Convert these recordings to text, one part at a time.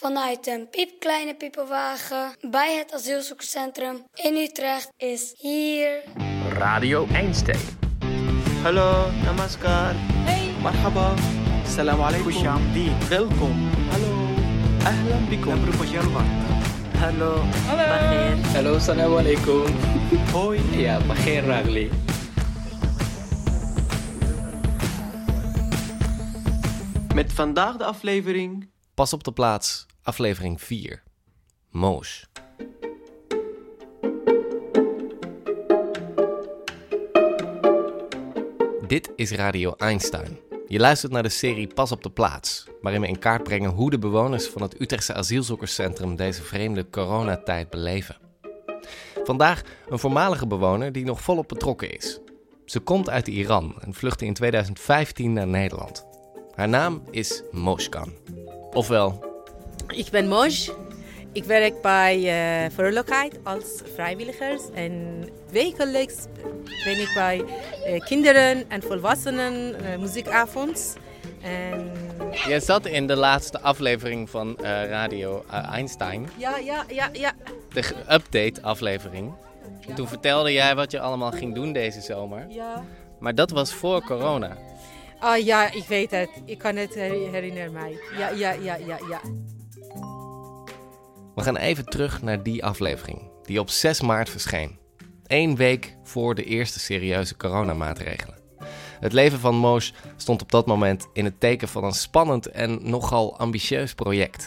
vanuit een piepkleine piepenwagen bij het asielzoekerscentrum in Utrecht is hier Radio Einstein. Hallo, namaskar. Hey. Marhaba. Salam alaikum. Khushamdeed. Welkom. Hallo. Ahlan bikum. Hallo. Hallo. Hallo, salam alaikum. Hoi. Ja, bagheer Ragli. Met vandaag de aflevering... Pas op de plaats, aflevering 4. Moos. Dit is Radio Einstein. Je luistert naar de serie Pas op de plaats, waarin we in kaart brengen hoe de bewoners van het Utrechtse asielzoekerscentrum deze vreemde coronatijd beleven. Vandaag een voormalige bewoner die nog volop betrokken is. Ze komt uit Iran en vluchtte in 2015 naar Nederland. Haar naam is Mooskan. Ofwel... Ik ben Moj. Ik werk bij Vrolijkheid als vrijwilliger. En wekelijks ben ik bij kinderen en volwassenen muziekavond. En... Jij zat in de laatste aflevering van Radio Einstein. Ja. De update-aflevering. Ja. Toen vertelde jij wat je allemaal ging doen deze zomer. Ja. Maar dat was voor corona. Oh ja, ik weet het. Ik kan het herinneren mij. Ja. We gaan even terug naar die aflevering, die op 6 maart verscheen. 1 week voor de eerste serieuze coronamaatregelen. Het leven van Moos stond op dat moment in het teken van een spannend en nogal ambitieus project.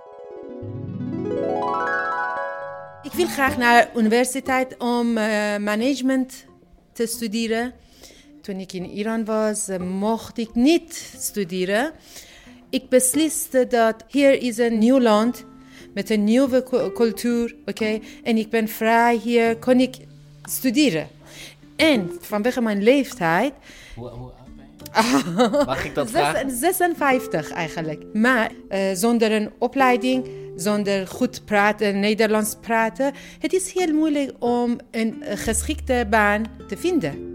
Ik wil graag naar de universiteit om management te studeren. Toen ik in Iran was, mocht ik niet studeren. Ik besliste dat hier is een nieuw land met een nieuwe cultuur, oké? En ik ben vrij, hier kon ik studeren. En vanwege mijn leeftijd... Hoe oud ben je? Mag ik dat vragen? 56 eigenlijk. Maar zonder een opleiding, zonder goed praten, Nederlands praten... Het is heel moeilijk om een geschikte baan te vinden.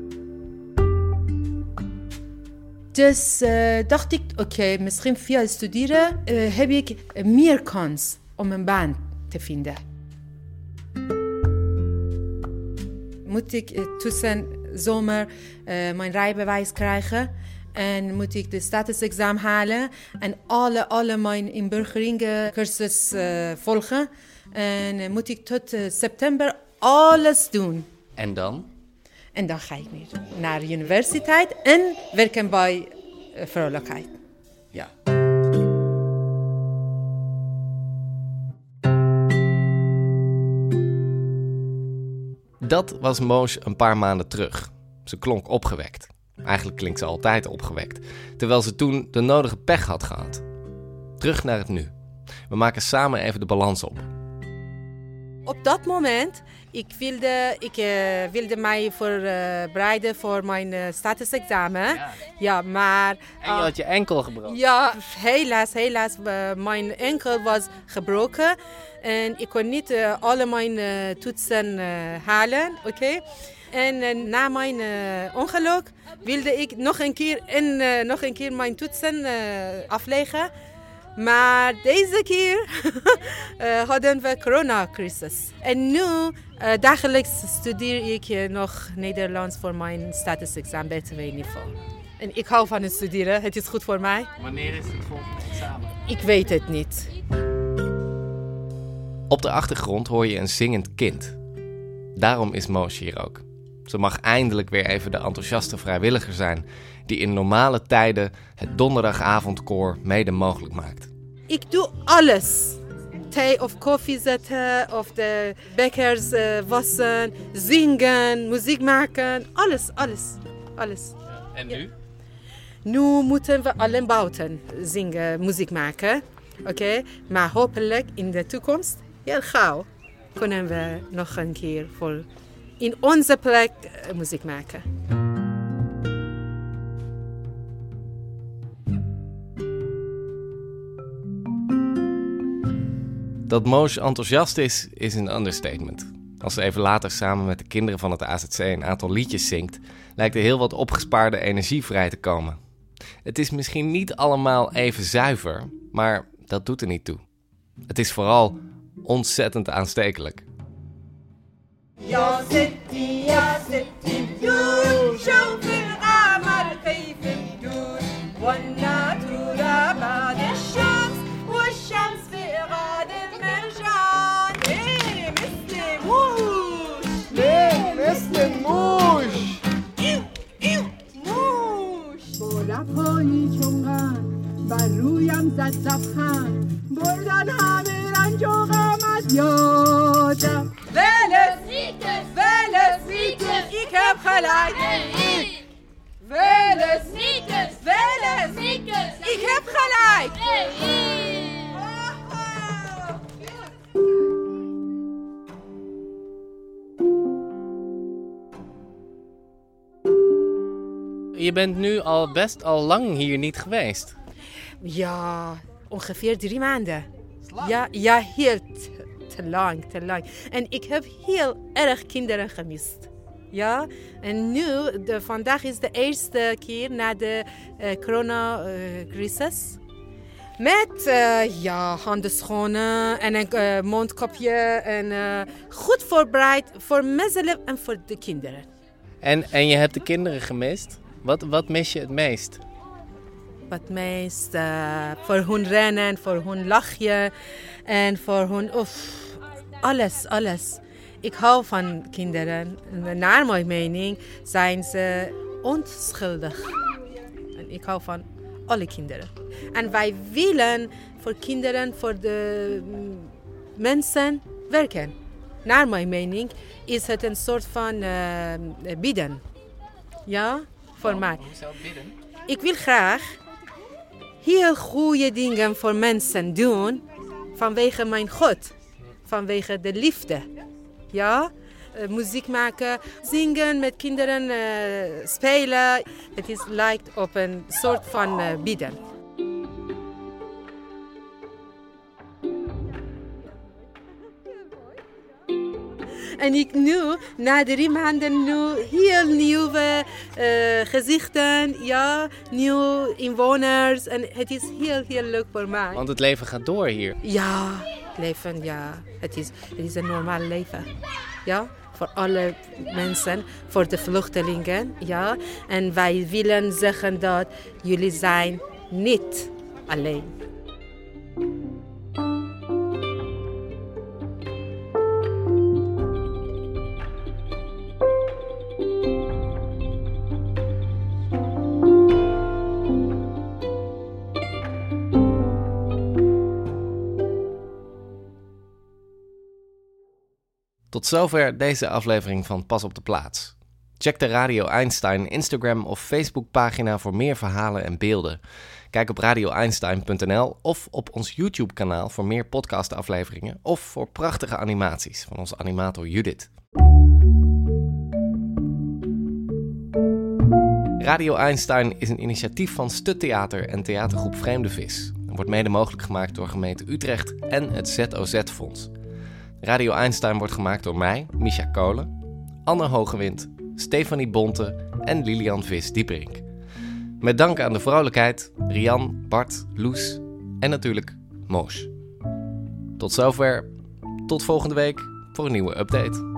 Dus dacht ik, oké, misschien via studeren heb ik meer kans om een baan te vinden. Moet ik tussen zomer mijn rijbewijs krijgen en moet ik de statusexamen halen en alle mijn inburgeringscursus volgen. En moet ik tot september alles doen. En dan? En dan ga ik weer naar de universiteit en werken bij Vrolijkheid. Ja. Dat was Moos een paar maanden terug. Ze klonk opgewekt. Eigenlijk klinkt ze altijd opgewekt. Terwijl ze toen de nodige pech had gehad. Terug naar het nu. We maken samen even de balans op. Op dat moment, ik wilde mij voorbereiden voor mijn statusexamen. Ja, maar... En je had je enkel gebroken. Ja, helaas. Mijn enkel was gebroken. En ik kon niet alle mijn toetsen halen, oké? En na mijn ongeluk wilde ik nog een keer mijn toetsen afleggen. Maar deze keer hadden we coronacrisis. En nu dagelijks studeer ik nog Nederlands voor mijn statusexamen B2-niveau. En ik hou van het studeren, het is goed voor mij. Wanneer is het volgende examen? Ik weet het niet. Op de achtergrond hoor je een zingend kind. Daarom is Moos hier ook. Ze mag eindelijk weer even de enthousiaste vrijwilliger zijn die in normale tijden het donderdagavondkoor mede mogelijk maakt. Ik doe alles. Thee of koffie zetten, of de bekkers wassen, zingen, muziek maken. Alles. En nu? Ja. Nu moeten we alleen buiten zingen, muziek maken. Oké? Maar hopelijk in de toekomst, heel gauw, kunnen we nog een keer in onze plek muziek maken. Dat Moos enthousiast is een understatement. Als ze even later samen met de kinderen van het AZC een aantal liedjes zingt, lijkt er heel wat opgespaarde energie vrij te komen. Het is misschien niet allemaal even zuiver, maar dat doet er niet toe. Het is vooral ontzettend aanstekelijk. يا ستي يا ستي بدور شوف القمر كيف بدور والناتورة بعد الشمس والشمس في غاد المرجان ليه مثل موش ليه مثل موش موش بالا پایی چونغن بر رویم زد زبخند بردن همه رنج و غمت یادم Weles, Weles, ik heb gelijk. Weles, Weles, ik heb gelijk. Je bent nu al best al lang hier niet geweest. Ja, ongeveer 3 maanden. Ja, heel te lang. En ik heb heel erg kinderen gemist. Ja, en nu, vandaag is de eerste keer na de coronacrisis. Met handenschoenen en een mondkapje en goed voorbereid voor mezelf en voor de kinderen. En je hebt de kinderen gemist. Wat mis je het meest? Wat meest voor hun rennen, voor hun lachje en voor hun alles. Ik hou van kinderen. Naar mijn mening zijn ze onschuldig. En ik hou van alle kinderen. En wij willen voor kinderen, voor de mensen werken. Naar mijn mening is het een soort van bieden. Ja, voor mij. Hoe zou het bidden? Ik wil graag heel goede dingen voor mensen doen vanwege mijn God. Vanwege de liefde. Ja? Muziek maken, zingen, met kinderen spelen. Het lijkt op een soort van bieden. En ik nu, na 3 maanden, heel nieuwe gezichten, ja, nieuwe inwoners. En het is heel leuk voor mij. Want het leven gaat door hier. Ja, leven, ja. Het is een normaal leven. Ja, voor alle mensen, voor de vluchtelingen, ja. En wij willen zeggen dat jullie zijn niet alleen. Tot zover deze aflevering van Pas op de Plaats. Check de Radio Einstein Instagram of Facebook pagina voor meer verhalen en beelden. Kijk op radioeinstein.nl of op ons YouTube kanaal voor meer podcastafleveringen of voor prachtige animaties van onze animator Judith. Radio Einstein is een initiatief van Stuttheater en theatergroep Vreemde Vis. En wordt mede mogelijk gemaakt door gemeente Utrecht en het ZOZ-fonds. Radio Einstein wordt gemaakt door mij, Misha Kolen, Anne Hogewind, Stefanie Bonte en Lilian Vis-Dieperink. Met dank aan de vrolijkheid, Rian, Bart, Loes en natuurlijk Moos. Tot zover, tot volgende week voor een nieuwe update.